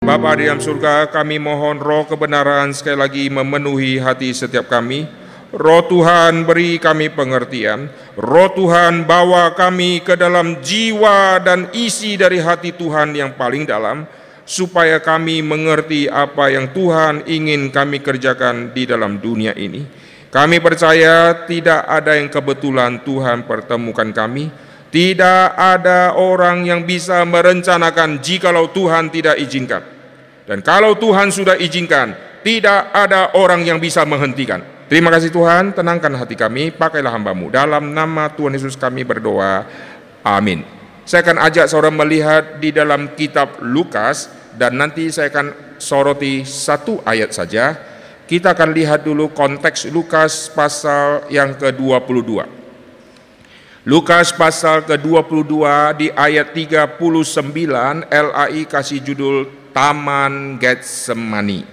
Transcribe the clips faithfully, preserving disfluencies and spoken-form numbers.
Bapa di dalam surga, kami mohon roh kebenaran sekali lagi memenuhi hati setiap kami. Roh Tuhan beri kami pengertian. Roh Tuhan bawa kami ke dalam jiwa dan isi dari hati Tuhan yang paling dalam, supaya kami mengerti apa yang Tuhan ingin kami kerjakan di dalam dunia ini. Kami percaya tidak ada yang kebetulan Tuhan pertemukan kami. Tidak ada orang yang bisa merencanakan jikalau Tuhan tidak izinkan. Dan kalau Tuhan sudah izinkan, tidak ada orang yang bisa menghentikan. Terima kasih Tuhan, tenangkan hati kami, pakailah hamba-Mu. Dalam nama Tuhan Yesus kami berdoa, amin. Saya akan ajak saudara melihat di dalam kitab Lukas, dan nanti saya akan soroti satu ayat saja. Kita akan lihat dulu konteks Lukas pasal yang ke dua puluh dua. Lukas pasal ke dua puluh dua di ayat tiga puluh sembilan, L A I kasih judul Taman Getsemani.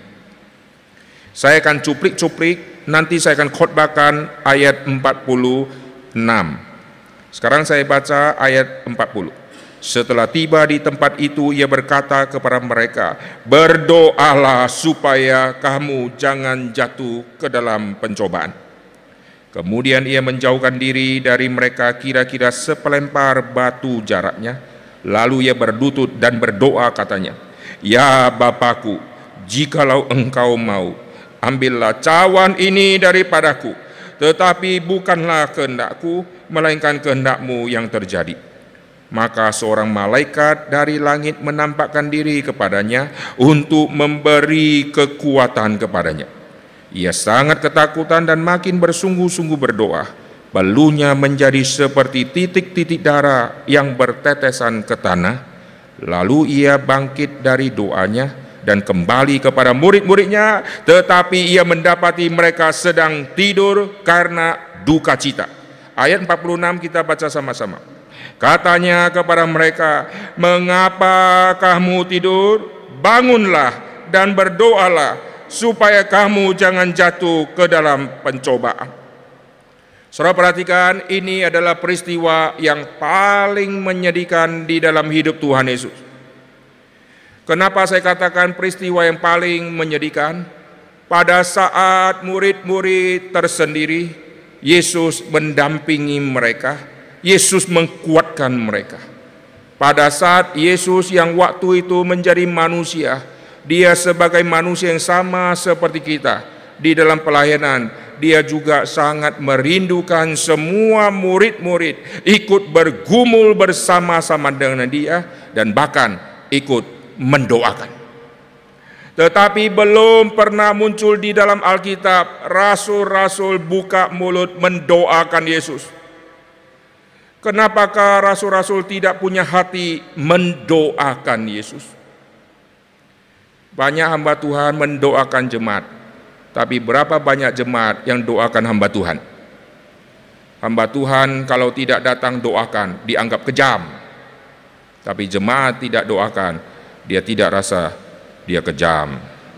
Saya akan cuplik-cuplik, nanti saya akan khotbahkan ayat empat puluh enam. Sekarang saya baca ayat empat puluh. Setelah tiba di tempat itu, ia berkata kepada mereka, berdoalah supaya kamu jangan jatuh ke dalam pencobaan. Kemudian ia menjauhkan diri dari mereka kira-kira sepelempar batu jaraknya. Lalu ia berlutut dan berdoa katanya, ya Bapakku, jikalau engkau mau, ambillah cawan ini daripadaku, tetapi bukanlah kehendakku, melainkan kehendak-Mu yang terjadi. Maka seorang malaikat dari langit menampakkan diri kepadanya untuk memberi kekuatan kepadanya. Ia sangat ketakutan dan makin bersungguh-sungguh berdoa. Balunya menjadi seperti titik-titik darah yang bertetesan ke tanah. Lalu ia bangkit dari doanya dan kembali kepada murid-muridnya, tetapi ia mendapati mereka sedang tidur karena duka cita. Ayat empat puluh enam kita baca sama-sama. Katanya kepada mereka, mengapa kamu tidur? Bangunlah dan berdoalah supaya kamu jangan jatuh ke dalam pencobaan. Saudara perhatikan, ini adalah peristiwa yang paling menyedihkan di dalam hidup Tuhan Yesus. Kenapa saya katakan peristiwa yang paling menyedihkan? Pada saat murid-murid tersendiri, Yesus mendampingi mereka, Yesus menguatkan mereka. Pada saat Yesus yang waktu itu menjadi manusia, dia sebagai manusia yang sama seperti kita di dalam pelayanan, dia juga sangat merindukan semua murid-murid ikut bergumul bersama-sama dengan dia dan bahkan ikut mendoakan. Tetapi belum pernah muncul di dalam Alkitab rasul-rasul buka mulut mendoakan Yesus. Kenapakah rasul-rasul tidak punya hati mendoakan Yesus? Banyak hamba Tuhan mendoakan jemaat, tapi berapa banyak jemaat yang doakan hamba Tuhan? Hamba Tuhan kalau tidak datang doakan, dianggap kejam. Tapi jemaat tidak doakan, dia tidak rasa dia kejam.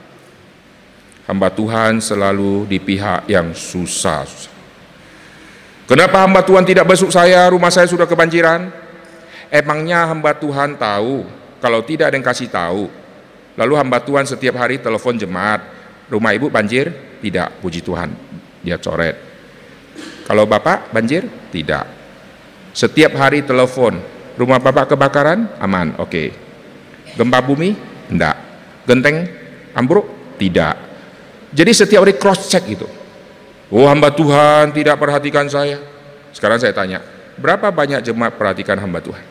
Hamba Tuhan selalu di pihak yang susah. Kenapa hamba Tuhan tidak besuk saya, rumah saya sudah kebanjiran? Emangnya hamba Tuhan tahu kalau tidak ada yang kasih tahu? Lalu hamba Tuhan setiap hari telepon jemaat, rumah ibu banjir? Tidak, puji Tuhan, dia coret. Kalau bapak banjir? Tidak. Setiap hari telepon, rumah bapak kebakaran? Aman, oke. Okay. Gempa bumi? Tidak. Genteng ambruk? Tidak. Jadi setiap hari cross check itu. Oh, hamba Tuhan tidak perhatikan saya. Sekarang saya tanya, berapa banyak jemaat perhatikan hamba Tuhan?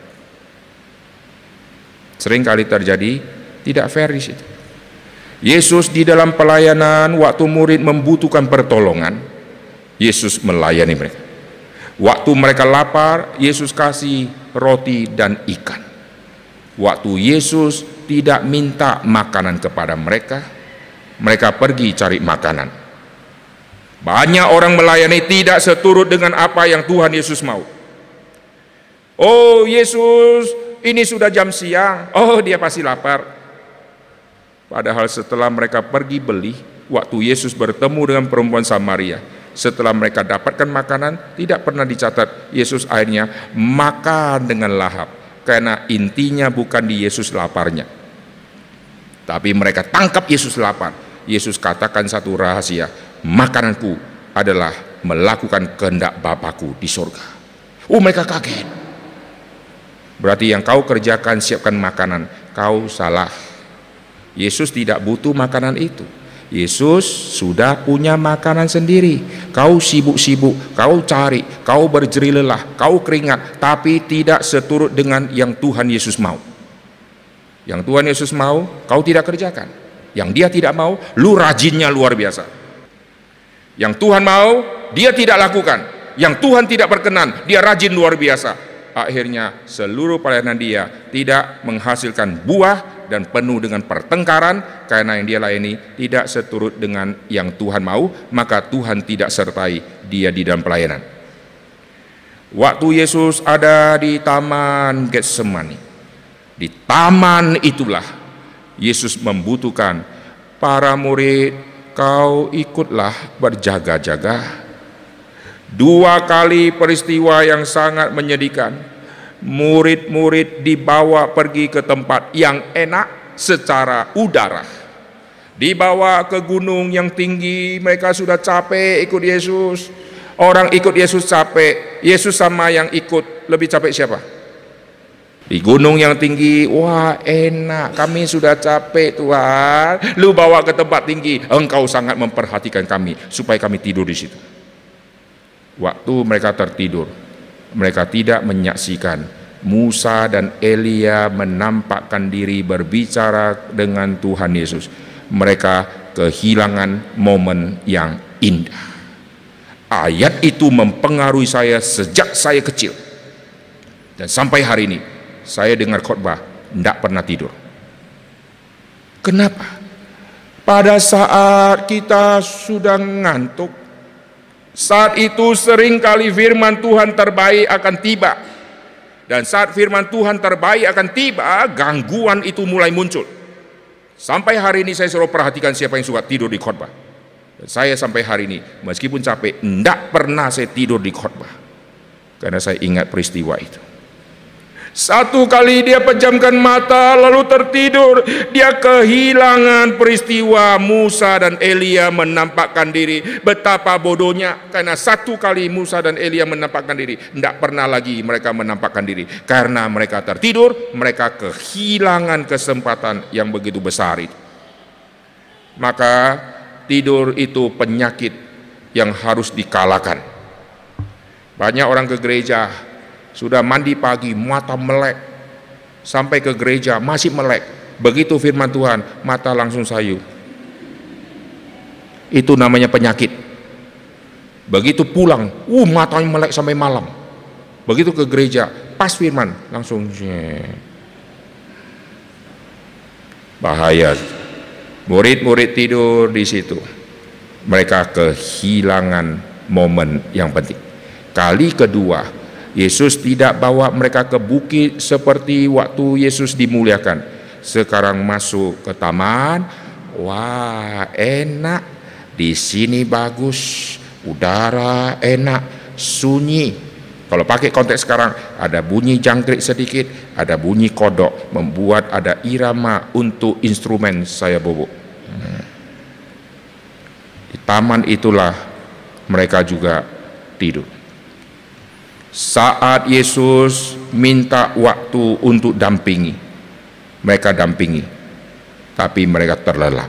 Sering kali terjadi tidak fair di situ. Yesus di dalam pelayanan, waktu murid membutuhkan pertolongan, Yesus melayani mereka. Waktu mereka lapar, Yesus kasih roti dan ikan. Waktu Yesus tidak minta makanan kepada mereka, mereka pergi cari makanan. Banyak orang melayani tidak seturut dengan apa yang Tuhan Yesus mau. Oh Yesus, ini sudah jam siang. Oh, dia pasti lapar. Padahal setelah mereka pergi beli, waktu Yesus bertemu dengan perempuan Samaria, setelah mereka dapatkan makanan, tidak pernah dicatat Yesus akhirnya makan dengan lahap. Karena intinya bukan di Yesus laparnya, Tapi mereka tangkap Yesus lapar. Yesus katakan satu rahasia, makananku adalah melakukan kehendak Bapakku di surga. Oh, mereka kaget. Berarti yang kau kerjakan, siapkan makanan, kau salah. Yesus tidak butuh makanan itu. Yesus sudah punya makanan sendiri. Kau sibuk-sibuk, kau cari, kau berjeri lelah, kau keringat, tapi tidak seturut dengan yang Tuhan Yesus mau. Yang Tuhan Yesus mau, kau tidak kerjakan. Yang dia tidak mau, lu rajinnya luar biasa. Yang Tuhan mau, dia tidak lakukan. Yang Tuhan tidak berkenan, dia rajin luar biasa. Akhirnya seluruh pelayanan dia tidak menghasilkan buah dan penuh dengan pertengkaran, karena yang dia layani tidak seturut dengan yang Tuhan mau, maka Tuhan tidak sertai dia di dalam pelayanan. Waktu Yesus ada di Taman Getsemani, di taman itulah Yesus membutuhkan para murid, kau ikutlah berjaga-jaga. Dua kali peristiwa yang sangat menyedihkan. Murid-murid dibawa pergi ke tempat yang enak secara udara. Dibawa ke gunung yang tinggi, mereka sudah capek ikut Yesus. Orang ikut Yesus capek, Yesus sama yang ikut lebih capek siapa? Di gunung yang tinggi, wah enak, kami sudah capek Tuhan. Lu bawa ke tempat tinggi, engkau sangat memperhatikan kami supaya kami tidur di situ. Waktu mereka tertidur, mereka tidak menyaksikan Musa dan Elia menampakkan diri berbicara dengan Tuhan Yesus. Mereka kehilangan momen yang indah. Ayat itu mempengaruhi saya sejak saya kecil. Dan sampai hari ini, saya dengar khotbah, tidak pernah tidur. Kenapa? Pada saat kita sudah ngantuk, saat itu seringkali firman Tuhan terbaik akan tiba. Dan saat firman Tuhan terbaik akan tiba, gangguan itu mulai muncul. Sampai hari ini saya selalu perhatikan siapa yang suka tidur di khotbah. Dan saya sampai hari ini, meskipun capek, tidak pernah saya tidur di khotbah. Karena saya ingat peristiwa itu. Satu kali dia pejamkan mata lalu tertidur. Dia kehilangan peristiwa Musa dan Elia menampakkan diri. Betapa bodohnya, karena satu kali Musa dan Elia menampakkan diri, tidak pernah lagi mereka menampakkan diri. Karena mereka tertidur, mereka kehilangan kesempatan yang begitu besar itu. Maka tidur itu penyakit yang harus dikalahkan. Banyak orang ke gereja, sudah mandi pagi, mata melek, sampai ke gereja masih melek. Begitu firman Tuhan, mata langsung sayu. Itu namanya penyakit. Begitu pulang, uh matanya melek sampai malam. Begitu ke gereja, pas firman, langsung bahaya. Murid-murid tidur di situ, mereka kehilangan momen yang penting. Kali kedua, Yesus tidak bawa mereka ke bukit seperti waktu Yesus dimuliakan. Sekarang masuk ke taman, wah enak, di sini bagus, udara enak, sunyi. Kalau pakai konteks sekarang, ada bunyi jangkrik sedikit, ada bunyi kodok, membuat ada irama untuk instrumen saya bobok. Hmm. Di taman itulah mereka juga tidur. Saat Yesus minta waktu untuk dampingi, mereka dampingi, tapi mereka terlelap.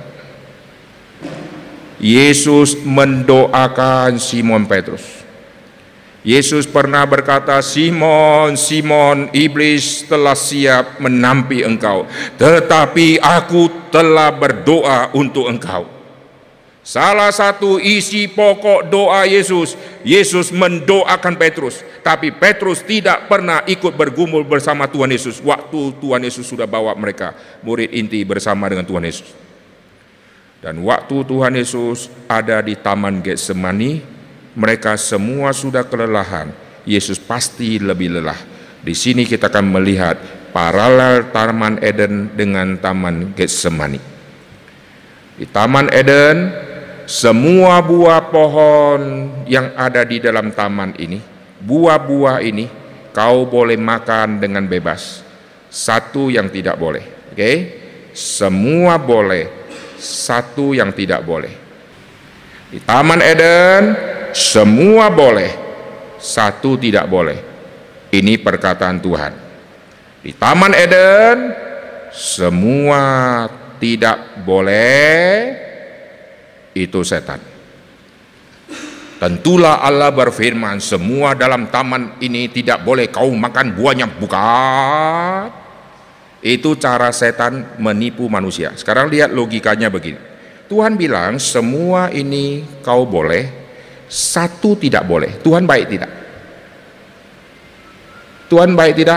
Yesus mendoakan Simon Petrus. Yesus pernah berkata, Simon, Simon, iblis telah siap menampi engkau, tetapi aku telah berdoa untuk engkau. Salah satu isi pokok doa Yesus, Yesus mendoakan Petrus, tapi Petrus tidak pernah ikut bergumul bersama Tuhan Yesus waktu Tuhan Yesus sudah bawa mereka murid inti bersama dengan Tuhan Yesus. Dan waktu Tuhan Yesus ada di Taman Getsemani, mereka semua sudah kelelahan. Yesus pasti lebih lelah. Di sini kita akan melihat paralel Taman Eden dengan Taman Getsemani. Di Taman Eden, semua buah pohon yang ada di dalam taman ini, buah-buah ini kau boleh makan dengan bebas. Satu yang tidak boleh, oke? Okay? semua boleh, satu yang tidak boleh. Di Taman Eden semua boleh, satu tidak boleh. Ini perkataan Tuhan. Di Taman Eden semua tidak boleh, itu setan. Tentulah Allah berfirman, semua dalam taman ini tidak boleh kau makan buahnya, bukan. Itu cara setan menipu manusia. Sekarang lihat logikanya begini. Tuhan bilang semua ini kau boleh, satu tidak boleh. Tuhan baik tidak? Tuhan baik tidak?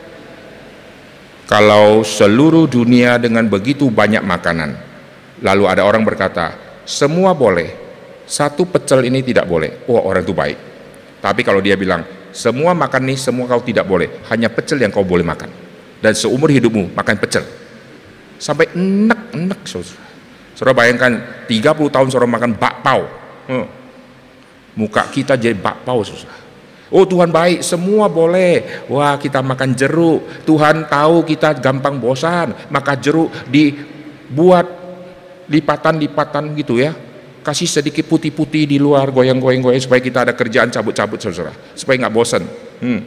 Kalau seluruh dunia dengan begitu banyak makanan, lalu ada orang berkata, semua boleh, satu pecel ini tidak boleh. Oh, orang itu baik. Tapi kalau dia bilang, semua makan nih, semua kau tidak boleh, hanya pecel yang kau boleh makan. Dan seumur hidupmu makan pecel. Sampai enak-enak, saudara. Saudara bayangkan, tiga puluh tahun saudara makan bakpao. Hmm. Muka kita jadi bakpao, saudara. Oh, Tuhan baik, semua boleh. Wah, kita makan jeruk. Tuhan tahu kita gampang bosan, maka jeruk dibuat lipatan-lipatan gitu ya. Kasih sedikit putih-putih di luar, goyang-goyang-goyang supaya kita ada kerjaan cabut-cabut, saudara. Supaya nggak bosan. Hmm.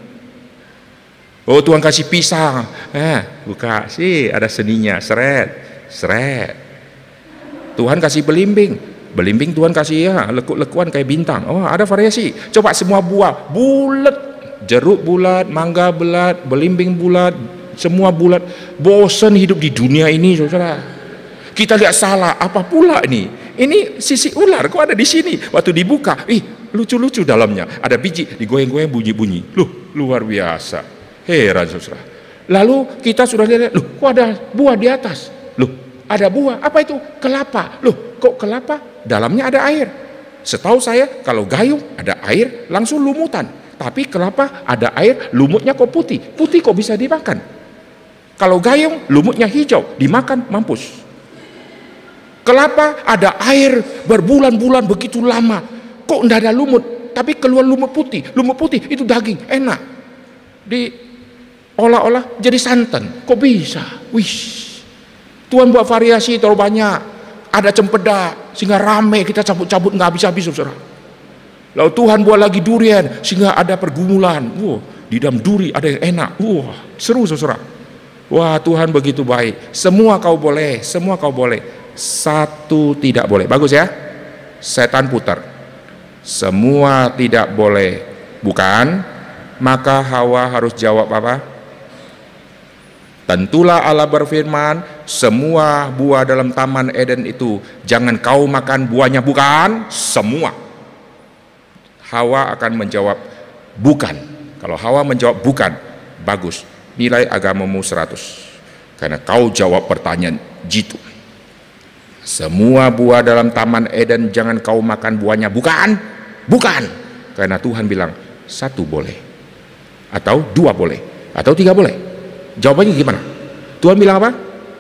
Oh, Tuhan kasih pisang. Eh, buka sih, ada seninya, seret, seret. Tuhan kasih belimbing. Belimbing Tuhan kasih ya, lekuk-lekuan kayak bintang. Oh, ada variasi. Coba semua buah bulat, jeruk bulat, mangga bulat, belimbing bulat, semua bulat. Bosan hidup di dunia ini, saudara. Kita lihat salah, apa pula ini? Ini sisi ular, kok ada di sini? Waktu dibuka, ih lucu-lucu dalamnya. Ada biji, digoyang-goyang bunyi-bunyi. Loh, luar biasa. Heran, saudara. Lalu kita sudah lihat, loh kok ada buah di atas? Loh, ada buah, apa itu? Kelapa. Loh, kok kelapa? Dalamnya ada air. Setahu saya kalau gayung ada air langsung lumutan, tapi kelapa ada air lumutnya kok putih. Putih kok bisa dimakan? Kalau gayung lumutnya hijau, dimakan mampus. Kelapa ada air berbulan-bulan begitu lama, kok enggak ada lumut, tapi keluar lumut putih. Lumut putih itu daging, enak. Diolah-olah jadi santan, kok bisa? Wih, Tuhan buat variasi terlalu banyak. Ada cempedak sehingga rame, kita cabut-cabut nggak habis-habis, saudara. Lalu Tuhan buat lagi durian sehingga ada pergumulan. Wow, di dalam duri ada yang enak. Wah, seru, saudara. Wah, Tuhan begitu baik. Semua kau boleh, semua kau boleh. Satu tidak boleh. Bagus ya? Setan putar. Semua tidak boleh, bukan? Maka Hawa harus jawab apa? Tentulah Allah berfirman, semua buah dalam Taman Eden itu jangan kau makan buahnya, bukan? Semua. Hawa akan menjawab bukan. Kalau Hawa menjawab bukan, bagus, nilai agamamu seratus. Karena kau jawab pertanyaan jitu. Semua buah dalam Taman Eden jangan kau makan buahnya, bukan? Bukan. Karena Tuhan bilang satu boleh, atau dua boleh, atau tiga boleh. Jawabannya gimana? Tuhan bilang apa?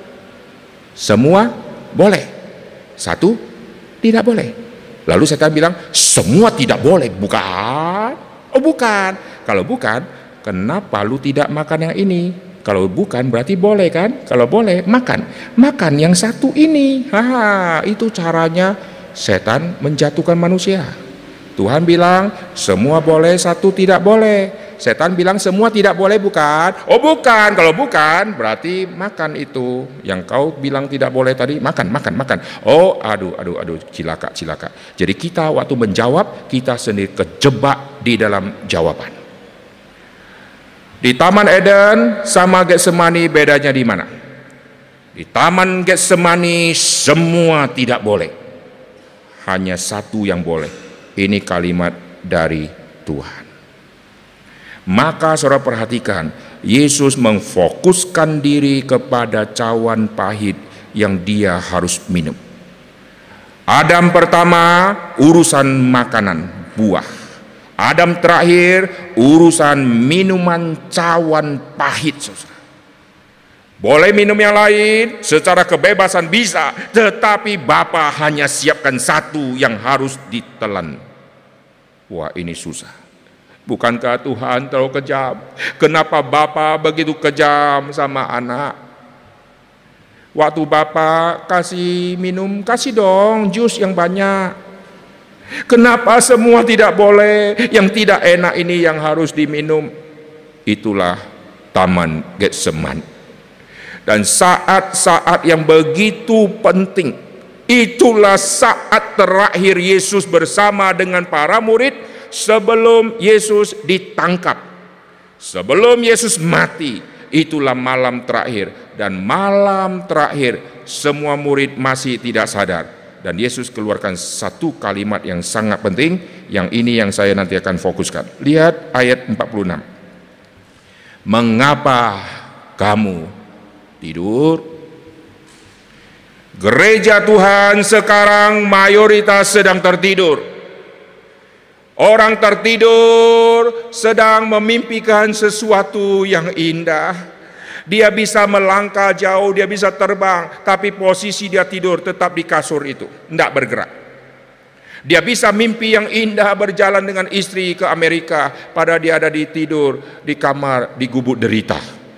Semua boleh, satu tidak boleh. Lalu setan bilang semua tidak boleh, bukan? Oh bukan. Kalau bukan, kenapa lu tidak makan yang ini? Kalau bukan berarti boleh kan? Kalau boleh makan, makan yang satu ini. Ha, itu caranya setan menjatuhkan manusia. Tuhan bilang semua boleh, satu tidak boleh. Setan bilang semua tidak boleh, bukan? Oh bukan. Kalau bukan berarti makan itu yang kau bilang tidak boleh tadi, makan, makan, makan. Oh aduh, aduh, aduh, cilaka, cilaka. Jadi kita waktu menjawab, kita sendiri kejebak di dalam jawaban. Di Taman Eden sama Getsemani bedanya di mana? Di Taman Getsemani semua tidak boleh, hanya satu yang boleh. Ini kalimat dari Tuhan. Maka saudara perhatikan, Yesus memfokuskan diri kepada cawan pahit yang dia harus minum. Adam pertama urusan makanan buah. Adam terakhir urusan minuman cawan pahit, saudara. Boleh minum yang lain secara kebebasan bisa, tetapi Bapa hanya siapkan satu yang harus ditelan. Wah, ini susah. Bukankah Tuhan terlalu kejam? Kenapa Bapa begitu kejam sama anak? Waktu Bapak kasih minum, kasih dong jus yang banyak. Kenapa semua tidak boleh? Yang tidak enak ini yang harus diminum. Itulah Taman Getsemani. Dan saat-saat yang begitu penting, itulah saat terakhir Yesus bersama dengan para murid sebelum Yesus ditangkap, sebelum Yesus mati. Itulah malam terakhir, dan malam terakhir semua murid masih tidak sadar, dan Yesus keluarkan satu kalimat yang sangat penting, yang ini yang saya nanti akan fokuskan. Lihat ayat empat puluh enam. Mengapa kamu tidur? Gereja Tuhan sekarang mayoritas sedang tertidur. Orang tertidur sedang memimpikan sesuatu yang indah. Dia bisa melangkah jauh, dia bisa terbang, tapi posisi dia tidur tetap di kasur itu, tidak bergerak. Dia bisa mimpi yang indah berjalan dengan istri ke Amerika, padahal dia ada di tidur di kamar di gubuk derita.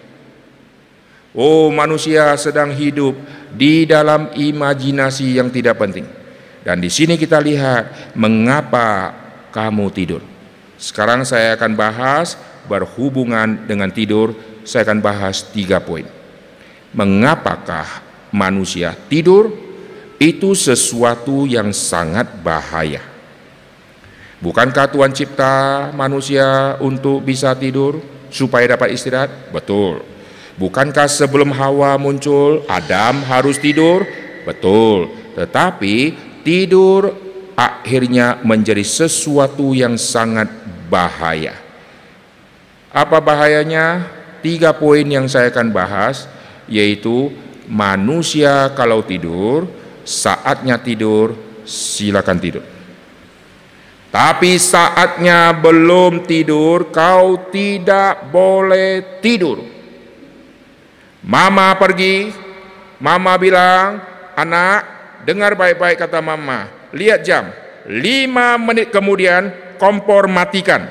Oh, manusia sedang hidup di dalam imajinasi yang tidak penting. Dan di sini kita lihat mengapa kamu tidur. Sekarang saya akan bahas berhubungan dengan tidur. Saya akan bahas tiga poin. Mengapakah manusia tidur? Itu sesuatu yang sangat bahaya. Bukankah Tuhan cipta manusia untuk bisa tidur supaya dapat istirahat? Betul. Bukankah sebelum Hawa muncul, Adam harus tidur? Betul. Tetapi tidur akhirnya menjadi sesuatu yang sangat bahaya. Apa bahayanya? Tiga poin yang saya akan bahas, yaitu manusia kalau tidur, saatnya tidur, silakan tidur. Tapi saatnya belum tidur, kau tidak boleh tidur. Mama pergi, mama bilang, anak, dengar baik-baik kata mama, lihat jam, lima menit kemudian kompor matikan.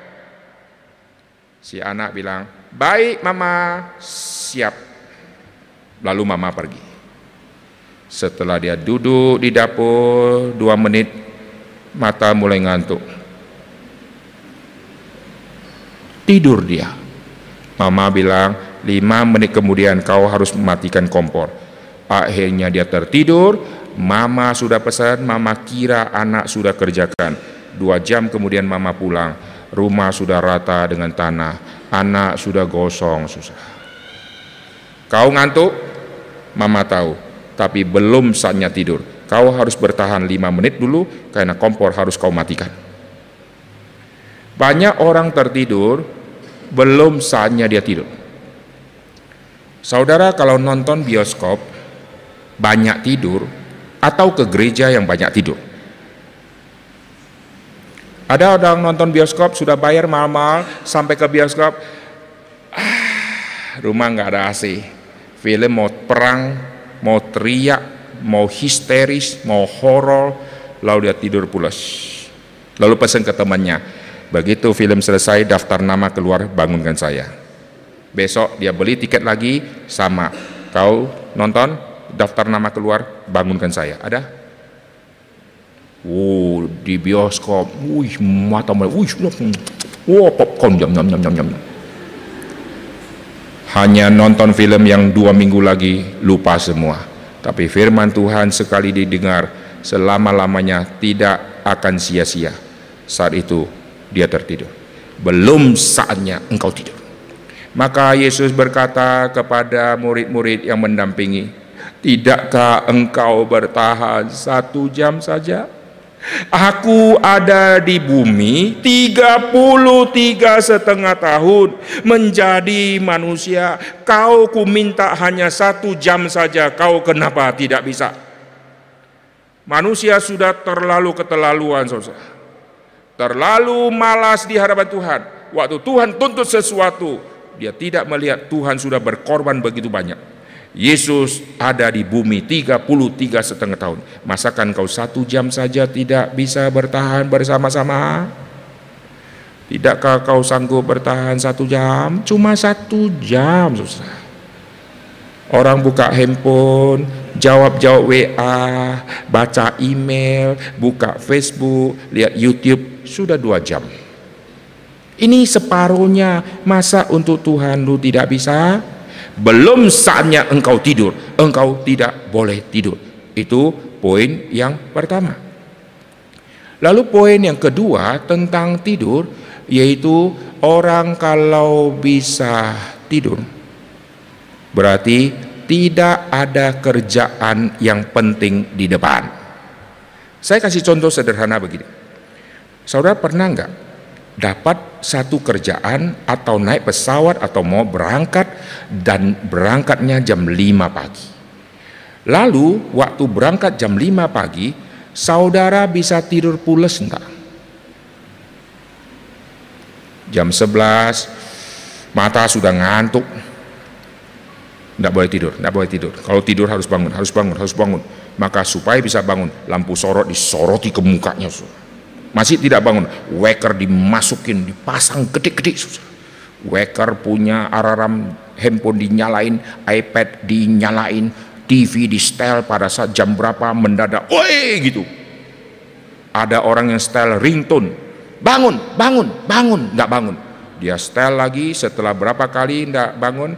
Si anak bilang, baik mama, siap. Lalu mama pergi. Setelah dia duduk di dapur dua menit, mata mulai ngantuk. Tidur dia. Mama bilang, lima menit kemudian kau harus mematikan kompor. Akhirnya dia tertidur. Mama sudah pesan, mama kira anak sudah kerjakan. Dua jam kemudian mama pulang. Rumah sudah rata dengan tanah. Anak sudah gosong, susah. Kau ngantuk? Mama tahu. Tapi belum saatnya tidur. Kau harus bertahan lima menit dulu, karena kompor harus kau matikan. Banyak orang tertidur, belum saatnya dia tidur. Saudara kalau nonton bioskop, banyak tidur, atau ke gereja yang banyak tidur. Ada orang nonton bioskop, sudah bayar mahal-mahal, sampai ke bioskop, ah, rumah nggak ada A C. Film mau perang, mau teriak, mau histeris, mau horor, lalu dia tidur pulas. Lalu pesan ke temannya, begitu film selesai, daftar nama keluar, bangunkan saya. Besok dia beli tiket lagi, sama. Kau nonton, daftar nama keluar, bangunkan saya. Ada? Oh, di bioskop, wih, mata mulai, wih, wah, popcorn, jam, jam, jam, jam, jam. Hanya nonton film yang dua minggu lagi, lupa semua. Tapi firman Tuhan sekali didengar, selama-lamanya tidak akan sia-sia. Saat itu, dia tertidur. Belum saatnya engkau tidur. Maka Yesus berkata kepada murid-murid yang mendampingi, tidakkah engkau bertahan satu jam saja? Aku ada di bumi tiga puluh tiga setengah tahun menjadi manusia. Kau ku minta hanya satu jam saja. Kau kenapa tidak bisa? Manusia sudah terlalu keterlaluan, saudara. Terlalu malas di hadapan Tuhan. Waktu Tuhan tuntut sesuatu, dia tidak melihat Tuhan sudah berkorban begitu banyak. Yesus ada di bumi tiga puluh tiga setengah tahun. Masakan kau satu jam saja tidak bisa bertahan bersama-sama? Tidakkah kau sanggup bertahan satu jam? Cuma satu jam, susah. Orang buka handphone, jawab-jawab W A, baca email, buka Facebook, lihat YouTube, sudah dua jam. Ini separuhnya. Masa untuk Tuhan lu tidak bisa? Belum saatnya engkau tidur, engkau tidak boleh tidur. Itu poin yang pertama. Lalu poin yang kedua tentang tidur, yaitu orang kalau bisa tidur, berarti tidak ada kerjaan yang penting di depan. Saya kasih contoh sederhana begini. Saudara pernah enggak dapat satu kerjaan atau naik pesawat atau mau berangkat dan berangkatnya jam lima pagi. Lalu waktu berangkat jam lima pagi, saudara bisa tidur pules enggak? Jam sebelas, mata sudah ngantuk. Tidak boleh tidur, tidak boleh tidur. Kalau tidur harus bangun, harus bangun, harus bangun. Maka supaya bisa bangun, lampu sorot disoroti ke mukanya. Masih tidak bangun, waker dimasukin, dipasang gede-gede. Waker punya alarm, handphone dinyalain, iPad dinyalain, T V di setel pada saat jam berapa mendadak, woi gitu. Ada orang yang setel ringtone, bangun, bangun, bangun, nggak bangun. Dia setel lagi, setelah berapa kali nggak bangun,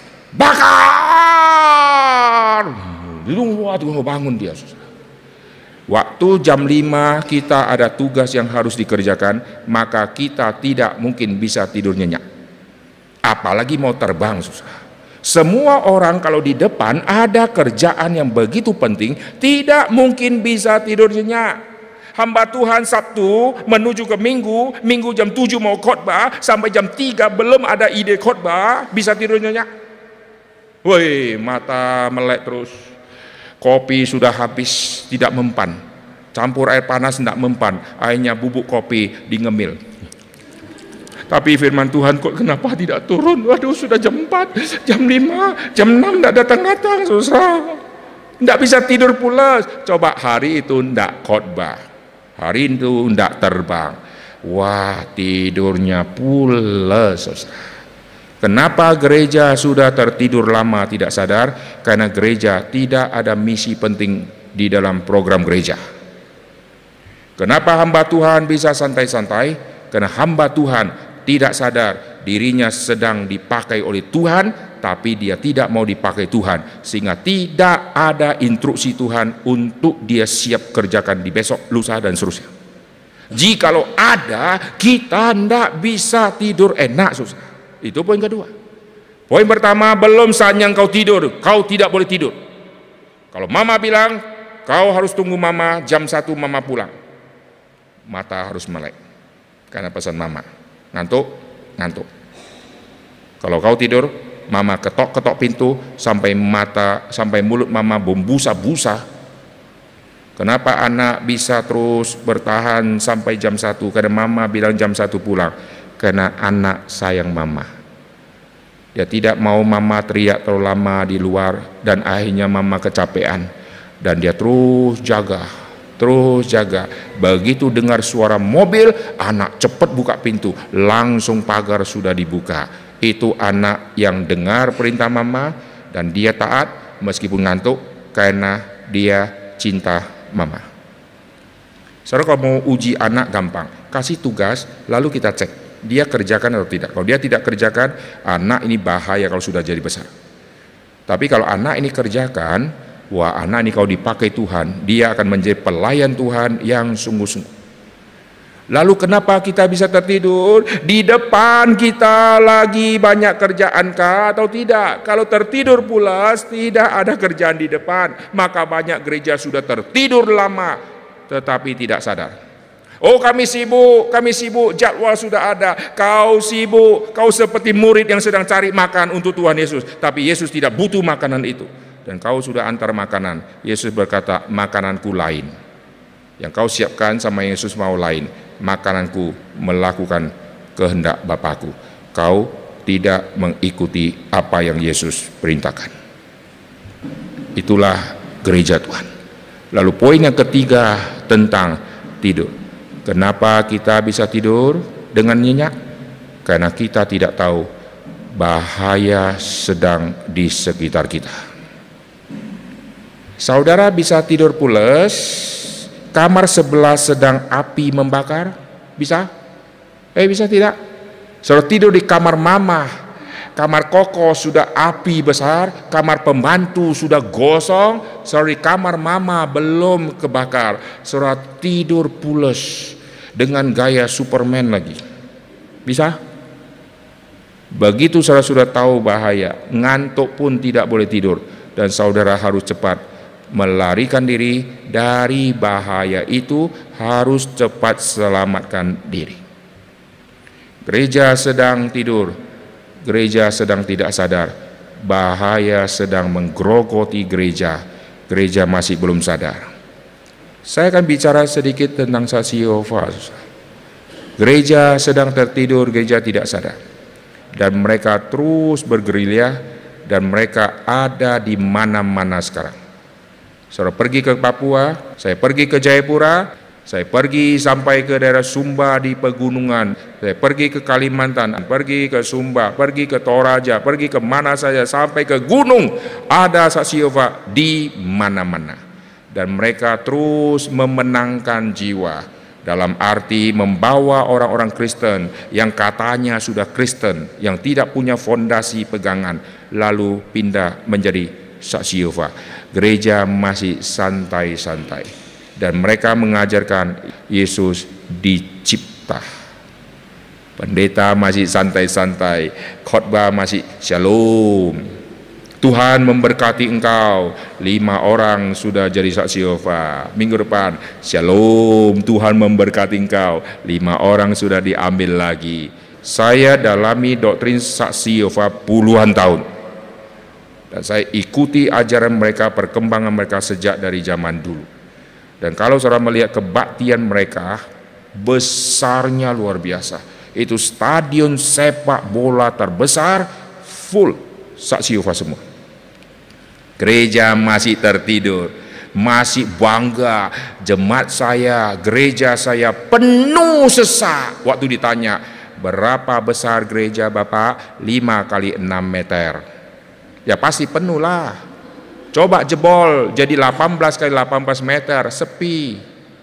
bakar. Waduh, bangun dia. Waktu jam lima kita ada tugas yang harus dikerjakan, maka kita tidak mungkin bisa tidur nyenyak. Apalagi mau terbang, susah. Semua orang kalau di depan ada kerjaan yang begitu penting, tidak mungkin bisa tidur nyenyak. Hamba Tuhan Sabtu menuju ke Minggu, Minggu jam tujuh mau khotbah, sampai jam tiga belum ada ide khotbah, bisa tidur nyenyak? Woi, mata melek terus. Kopi sudah habis, tidak mempan. Campur air panas tidak mempan, akhirnya bubuk kopi di ngemil. Tapi firman Tuhan kok kenapa tidak turun? Waduh, sudah jam empat, jam lima, jam enam tidak datang-datang, susah. Tidak bisa tidur pulas. Coba hari itu tidak khotbah, hari itu tidak terbang. Wah, tidurnya pulas, susah. Kenapa gereja sudah tertidur lama tidak sadar? Karena gereja tidak ada misi penting di dalam program gereja. Kenapa hamba Tuhan bisa santai-santai? Karena hamba Tuhan tidak sadar dirinya sedang dipakai oleh Tuhan, tapi dia tidak mau dipakai Tuhan, sehingga tidak ada instruksi Tuhan untuk dia siap kerjakan di besok, lusa, dan seterusnya. Jikalau ada, kita tidak bisa tidur enak, susah. Itu poin kedua. Poin pertama, belum saatnya kau tidur, kau tidak boleh tidur. Kalau mama bilang, kau harus tunggu mama jam satu mama pulang, mata harus melek karena pesan mama. Ngantuk, ngantuk. Kalau kau tidur, mama ketok-ketok pintu sampai mata, sampai mulut mama membusa-busa. Kenapa anak bisa terus bertahan sampai jam satu? Karena mama bilang jam satu pulang. Karena anak sayang mama. Dia tidak mau mama teriak terlalu lama di luar, dan akhirnya mama kecapean, dan dia terus jaga, terus jaga. Begitu dengar suara mobil, anak cepat buka pintu, langsung pagar sudah dibuka. Itu anak yang dengar perintah mama dan dia taat meskipun ngantuk, karena dia cinta mama. Saudara, kalau mau uji anak gampang, kasih tugas lalu kita cek dia kerjakan atau tidak. Kalau dia tidak kerjakan, anak ini bahaya kalau sudah jadi besar. Tapi kalau anak ini kerjakan, wah, anak ini kalau dipakai Tuhan, dia akan menjadi pelayan Tuhan yang sungguh-sungguh. Lalu kenapa kita bisa tertidur? Di depan kita lagi banyak kerjaan kah atau tidak? Kalau tertidur pulas, tidak ada kerjaan di depan, maka banyak gereja sudah tertidur lama tetapi tidak sadar. Oh, kami sibuk, kami sibuk, jadwal sudah ada. Kau sibuk, kau seperti murid yang sedang cari makan untuk Tuhan Yesus, tapi Yesus tidak butuh makanan itu. Dan kau sudah antar makanan. Yesus berkata, makananku lain. Yang kau siapkan sama Yesus mau lain. Makananku melakukan kehendak Bapakku. Kau tidak mengikuti apa yang Yesus perintahkan. Itulah gereja Tuhan. Lalu poin yang ketiga tentang tidur. Kenapa kita bisa tidur dengan nyenyak? Karena kita tidak tahu bahaya sedang di sekitar kita. Saudara bisa tidur pules, kamar sebelah sedang api membakar? Bisa? Eh bisa tidak? Saudara tidur di kamar mama, kamar koko sudah api besar, kamar pembantu sudah gosong, sorry kamar mama belum kebakar, saudara tidur pules dengan gaya Superman lagi. Bisa? Begitu saudara sudah tahu bahaya, ngantuk pun tidak boleh tidur, dan saudara harus cepat melarikan diri dari bahaya itu, harus cepat selamatkan diri. Gereja sedang tidur, gereja sedang tidak sadar, bahaya sedang menggerogoti gereja, gereja masih belum sadar. Saya akan bicara sedikit tentang saksi Yehova. Gereja sedang tertidur, gereja tidak sadar, dan mereka terus bergerilya, dan mereka ada di mana-mana sekarang. Saudara pergi ke Papua, saya pergi ke Jayapura, saya pergi sampai ke daerah Sumba di pegunungan, saya pergi ke Kalimantan, pergi ke Sumba, pergi ke Toraja, pergi ke mana saja, sampai ke gunung, ada saksi Yehova di mana-mana. Dan mereka terus memenangkan jiwa, dalam arti membawa orang-orang Kristen yang katanya sudah Kristen, yang tidak punya fondasi pegangan, lalu pindah menjadi saksi Yehova. Gereja masih santai-santai, dan mereka mengajarkan Yesus dicipta. Pendeta masih santai-santai, khotbah masih shalom, Tuhan memberkati engkau. Lima orang sudah jadi saksi Yehova. Minggu depan shalom, Tuhan memberkati engkau. Lima orang sudah diambil lagi. Saya dalami doktrin saksi Yehova puluhan tahun, dan saya ikuti ajaran mereka, perkembangan mereka sejak dari zaman dulu. Dan kalau saudara melihat kebaktian mereka, besarnya luar biasa. Itu stadion sepak bola terbesar, full saksi Yehova semua. Gereja masih tertidur, masih bangga, jemaat saya, gereja saya penuh sesak. Waktu ditanya, berapa besar gereja Bapak? lima kali enam meter. Ya pasti penuh lah. Coba jebol jadi delapan belas kali delapan belas meter, sepi.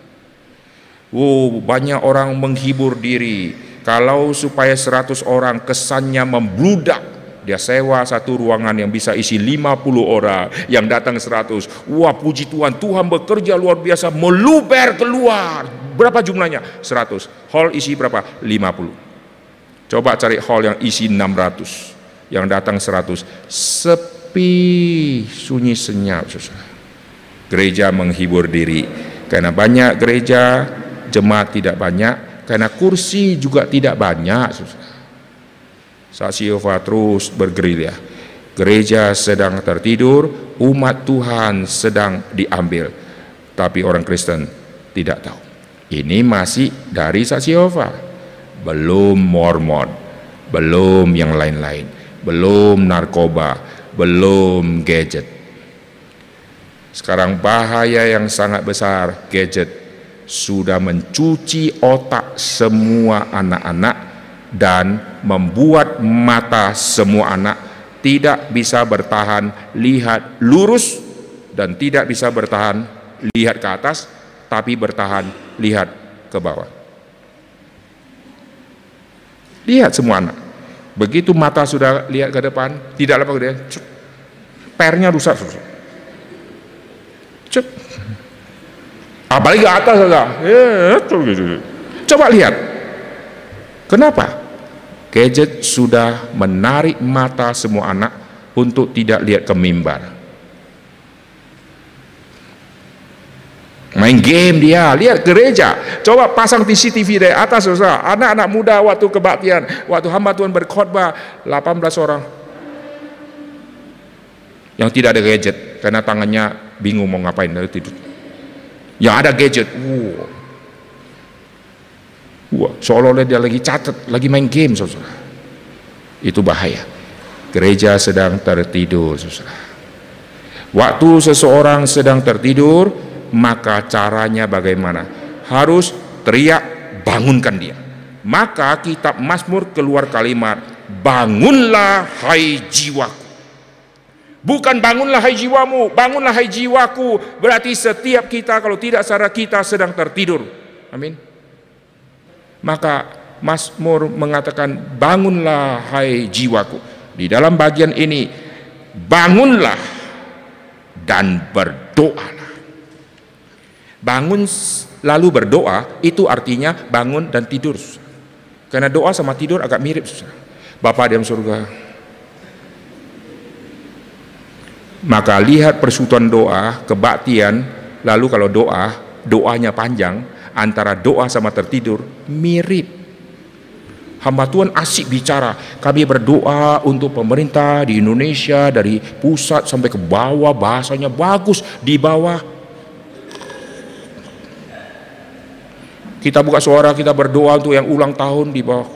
Wow, banyak orang menghibur diri. Kalau supaya seratus orang kesannya membludak, dia sewa satu ruangan yang bisa isi lima puluh orang, yang datang seratus. Wah, puji Tuhan, Tuhan bekerja luar biasa, meluber keluar. Berapa jumlahnya? seratus. Hall isi berapa? lima puluh. Coba cari hall yang isi enam ratus. Yang datang seratus, sepi, sunyi senyap. Susah. Gereja menghibur diri, karena banyak gereja, jemaat tidak banyak, karena kursi juga tidak banyak. Susah. Saksi Yehova terus bergerilya. Gereja sedang tertidur, umat Tuhan sedang diambil, tapi orang Kristen tidak tahu. Ini masih dari saksi Yehova, belum Mormon, belum yang lain-lain, belum narkoba, belum gadget. Sekarang bahaya yang sangat besar, gadget sudah mencuci otak semua anak-anak dan membuat mata semua anak tidak bisa bertahan lihat lurus, dan tidak bisa bertahan lihat ke atas, tapi bertahan lihat ke bawah. Lihat semua anak, begitu mata sudah lihat ke depan, tidak lama kemudian pernya rusak, rusak. Cep. Apalagi ke atas saja. Coba lihat. Kenapa? Gadget sudah menarik mata semua anak untuk tidak lihat ke mimbar. Main game dia, lihat gereja. Coba pasang C C T V dari atas, saudara. Anak-anak muda waktu kebaktian, waktu hamba Tuhan berkhotbah, delapan belas orang yang tidak ada gadget karena tangannya bingung mau ngapain, lalu tidur. Yang ada gadget, wow, wow, seolah-olah dia lagi catat, lagi main game, saudara. Itu bahaya. Gereja sedang tertidur, saudara. Waktu seseorang sedang tertidur, maka caranya bagaimana? Harus teriak, bangunkan dia. Maka kitab Mazmur keluar kalimat, bangunlah hai jiwaku. Bukan bangunlah hai jiwamu, bangunlah hai jiwaku. Berarti setiap kita, kalau tidak sadar, kita sedang tertidur. Amin. Maka Mazmur mengatakan bangunlah hai jiwaku. Di dalam bagian ini, bangunlah dan berdoalah. Bangun lalu berdoa itu artinya bangun dan tidur. Karena doa sama tidur agak mirip. Bapa di dalam surga, maka lihat persekutuan doa, kebaktian. Lalu kalau doa, doanya panjang, antara doa sama tertidur mirip. Hamba Tuhan asik bicara, kami berdoa untuk pemerintah di Indonesia dari pusat sampai ke bawah, bahasanya bagus. Di bawah kita buka suara, kita berdoa untuk yang ulang tahun di bawah.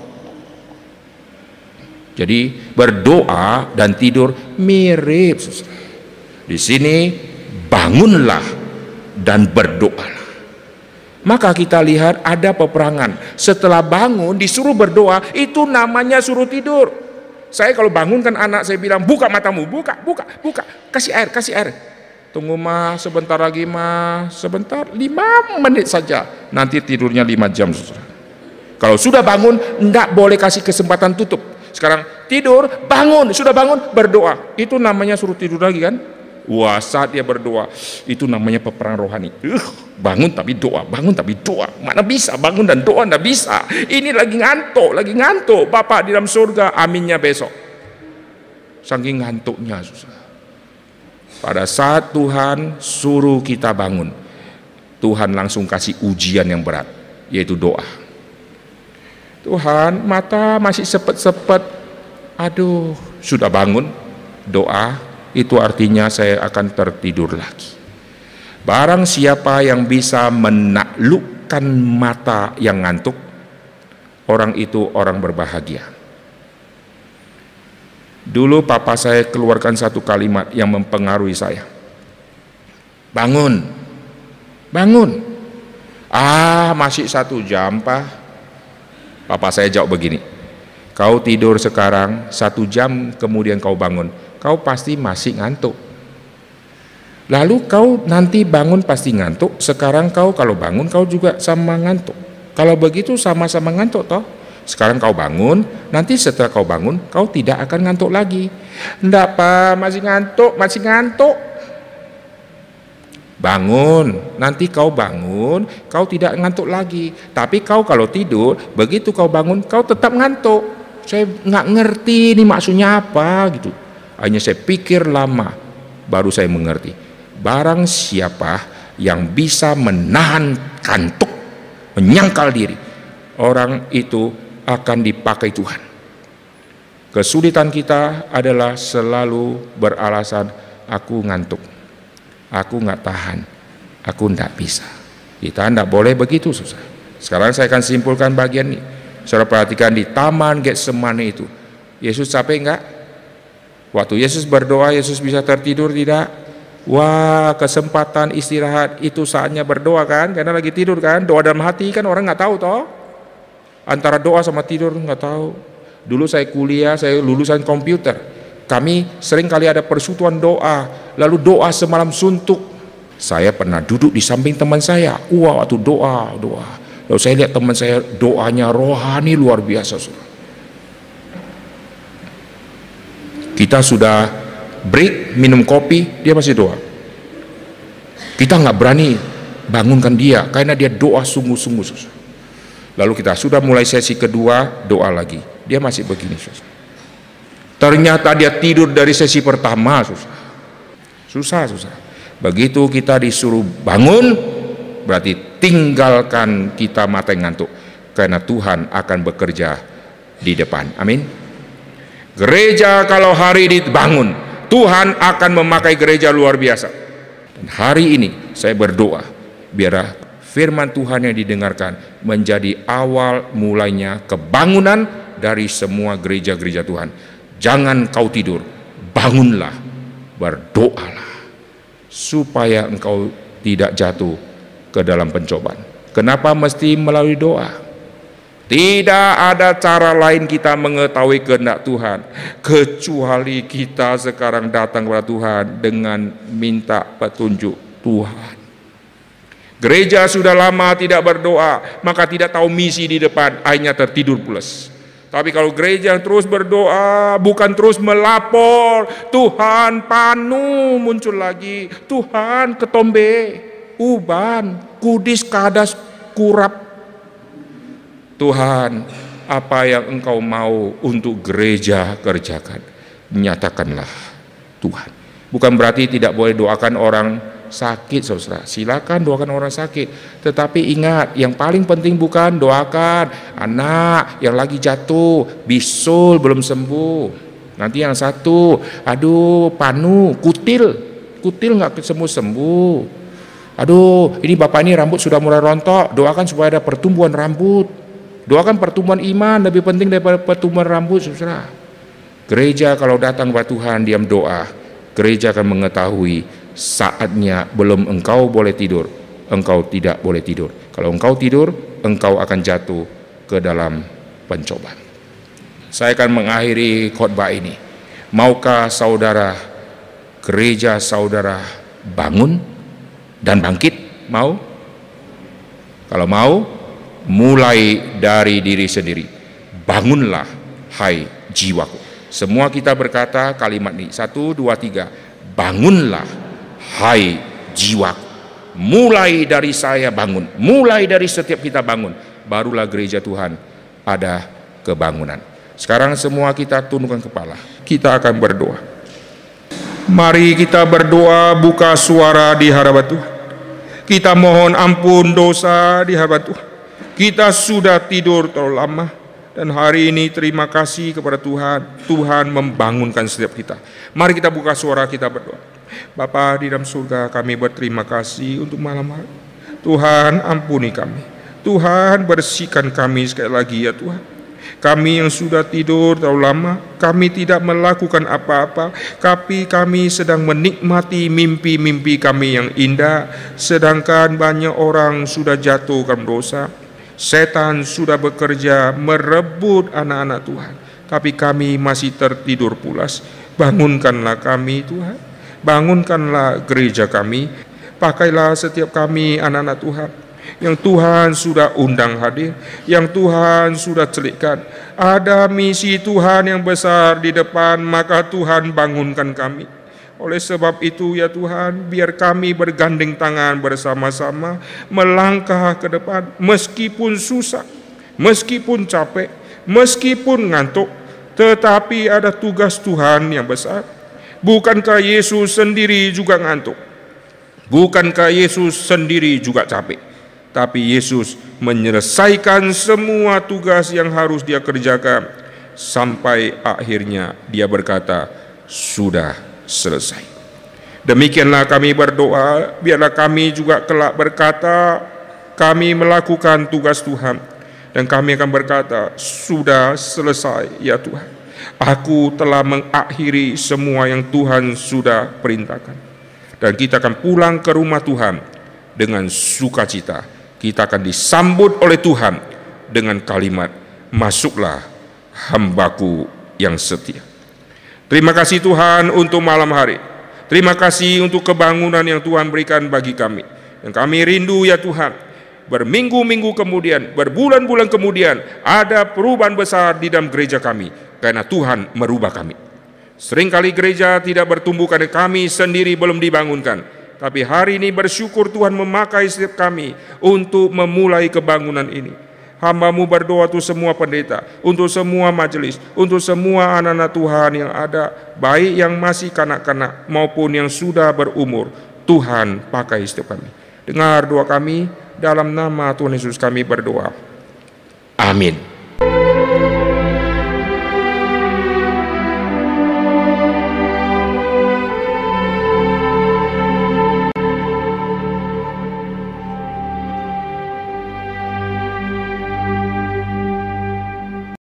Jadi berdoa dan tidur mirip. Di sini bangunlah dan berdoalah. Maka kita lihat ada peperangan. Setelah bangun disuruh berdoa, itu namanya suruh tidur. Saya kalau bangunkan anak, saya bilang buka matamu, buka, buka, buka, kasih air, kasih air. Tunggu mah, sebentar lagi mah, sebentar, lima menit saja. Nanti tidurnya lima jam. Kalau sudah bangun, enggak boleh kasih kesempatan tutup. Sekarang tidur, bangun, sudah bangun, berdoa. Itu namanya suruh tidur lagi kan? Wah, saat dia berdoa, itu namanya peperangan rohani. Uh, bangun tapi doa, bangun tapi doa. Mana bisa bangun dan doa, enggak bisa. Ini lagi ngantuk, lagi ngantuk. Bapak di dalam surga, aminnya besok. Saking ngantuknya, susah. Pada saat Tuhan suruh kita bangun, Tuhan langsung kasih ujian yang berat, yaitu doa. Tuhan, mata masih sepet-sepet. Aduh, sudah bangun, doa, itu artinya saya akan tertidur lagi. Barang siapa yang bisa menaklukkan mata yang ngantuk, orang itu orang berbahagia. Dulu papa saya keluarkan satu kalimat yang mempengaruhi saya. Bangun, bangun. Ah, masih satu jam, Pak. Papa saya jawab begini, kau tidur sekarang, satu jam kemudian kau bangun, kau pasti masih ngantuk. Lalu kau nanti bangun pasti ngantuk, sekarang kau kalau bangun kau juga sama ngantuk. Kalau begitu sama-sama ngantuk toh. Sekarang kau bangun, nanti setelah kau bangun kau tidak akan ngantuk lagi. Enggak Pak, masih ngantuk, masih ngantuk. Bangun, nanti kau bangun, kau tidak ngantuk lagi. Tapi kau kalau tidur, begitu kau bangun, kau tetap ngantuk. Saya nggak ngerti ini maksudnya apa gitu. Hanya saya pikir lama, baru saya mengerti. Barang siapa yang bisa menahan kantuk, menyangkal diri, orang itu akan dipakai Tuhan. Kesulitan kita adalah selalu beralasan, aku ngantuk, aku nggak tahan, aku nggak bisa. Kita nggak boleh begitu, susah. Sekarang saya akan simpulkan bagian ini. Saudara perhatikan di Taman Getsemani itu, Yesus capek nggak? Waktu Yesus berdoa, Yesus bisa tertidur tidak? Wah, kesempatan istirahat itu saatnya berdoa kan? Karena lagi tidur kan? Doa dalam hati kan orang nggak tahu toh. Antara doa sama tidur nggak tahu. Dulu saya kuliah, saya lulusan komputer. Kami sering kali ada persekutuan doa, lalu doa semalam suntuk. Saya pernah duduk di samping teman saya. Wah, waktu doa, doa. Lalu saya lihat teman saya doanya rohani luar biasa. Kita sudah break, minum kopi, dia masih doa. Kita nggak berani bangunkan dia karena dia doa sungguh-sungguh. Lalu kita sudah mulai sesi kedua, doa lagi. Dia masih begini, susah. Ternyata dia tidur dari sesi pertama, susah. Susah, susah. Begitu kita disuruh bangun, berarti tinggalkan kita mata yang ngantuk. Karena Tuhan akan bekerja di depan. Amin. Gereja kalau hari ini bangun, Tuhan akan memakai gereja luar biasa. Dan hari ini saya berdoa, biar firman Tuhan yang didengarkan menjadi awal mulainya kebangunan dari semua gereja-gereja Tuhan. Jangan kau tidur, bangunlah, berdoalah, supaya engkau tidak jatuh ke dalam pencobaan. Kenapa mesti melalui doa? Tidak ada cara lain kita mengetahui kehendak Tuhan kecuali kita sekarang datang kepada Tuhan dengan minta petunjuk Tuhan. Gereja sudah lama tidak berdoa, maka tidak tahu misi di depan, akhirnya tertidur pulas. Tapi kalau gereja terus berdoa, bukan terus melapor, Tuhan Panu muncul lagi, Tuhan Ketombe, Uban, Kudis, Kadas, Kurap. Tuhan, apa yang Engkau mau untuk gereja kerjakan, nyatakanlah Tuhan. Bukan berarti tidak boleh doakan orang sakit, saudara. Silakan doakan orang sakit, tetapi ingat, yang paling penting bukan doakan anak yang lagi jatuh, bisul belum sembuh. Nanti yang satu, aduh Panu, kutil, kutil nggak sembuh sembuh. Aduh, ini bapak ini rambut sudah mulai rontok, doakan supaya ada pertumbuhan rambut. Doakan pertumbuhan iman lebih penting daripada pertumbuhan rambut, saudara. Gereja kalau datang kepada Tuhan diam doa, gereja akan mengetahui saatnya belum engkau boleh tidur, engkau tidak boleh tidur. Kalau engkau tidur, engkau akan jatuh ke dalam pencobaan. Saya akan mengakhiri khotbah ini. Maukah saudara, gereja saudara bangun dan bangkit? Mau? Kalau mau, mulai dari diri sendiri. Bangunlah, hai jiwaku. Semua kita berkata kalimat ini. Satu, dua, tiga. Bangunlah, hai jiwaku. Mulai dari saya bangun. Mulai dari setiap kita bangun. Barulah gereja Tuhan ada kebangunan. Sekarang semua kita tundukkan kepala. Kita akan berdoa. Mari kita berdoa, buka suara di hadapan Tuhan. Kita mohon ampun dosa di hadapan Tuhan. Kita sudah tidur terlalu lama, dan hari ini terima kasih kepada Tuhan. Tuhan membangunkan setiap kita. Mari kita buka suara, kita berdoa. Bapa di dalam surga, kami berterima kasih untuk malam hari. Tuhan ampuni kami. Tuhan bersihkan kami sekali lagi ya Tuhan. Kami yang sudah tidur terlalu lama, kami tidak melakukan apa-apa, tapi kami sedang menikmati mimpi-mimpi kami yang indah, sedangkan banyak orang sudah jatuh ke dosa. Setan sudah bekerja merebut anak-anak Tuhan, tapi kami masih tertidur pulas. Bangunkanlah kami Tuhan, bangunkanlah gereja kami. Pakailah setiap kami anak-anak Tuhan yang Tuhan sudah undang hadir, yang Tuhan sudah celikkan. Ada misi Tuhan yang besar di depan, maka Tuhan bangunkan kami. Oleh sebab itu ya Tuhan, biar kami bergandeng tangan bersama-sama melangkah ke depan, meskipun susah, meskipun capek, meskipun ngantuk, tetapi ada tugas Tuhan yang besar. Bukankah Yesus sendiri juga ngantuk? Bukankah Yesus sendiri juga capek? Tapi Yesus menyelesaikan semua tugas yang harus dia kerjakan, sampai akhirnya dia berkata, sudah selesai. Demikianlah kami berdoa, biarlah kami juga kelak berkata, kami melakukan tugas Tuhan, dan kami akan berkata, sudah selesai ya Tuhan. Aku telah mengakhiri semua yang Tuhan sudah perintahkan. Dan kita akan pulang ke rumah Tuhan dengan sukacita. Kita akan disambut oleh Tuhan dengan kalimat, masuklah hambaku yang setia. Terima kasih Tuhan untuk malam hari. Terima kasih untuk kebangunan yang Tuhan berikan bagi kami. Dan kami rindu ya Tuhan, berminggu-minggu kemudian, berbulan-bulan kemudian, ada perubahan besar di dalam gereja kami, karena Tuhan merubah kami. Seringkali gereja tidak bertumbuh karena kami sendiri belum dibangunkan. Tapi hari ini bersyukur Tuhan memakai setiap kami untuk memulai kebangunan ini. Hamba-Mu berdoa untuk semua pendeta, untuk semua majelis, untuk semua anak-anak Tuhan yang ada, baik yang masih kanak-kanak maupun yang sudah berumur. Tuhan pakai setiap kami. Dengar doa kami, dalam nama Tuhan Yesus kami berdoa. Amin.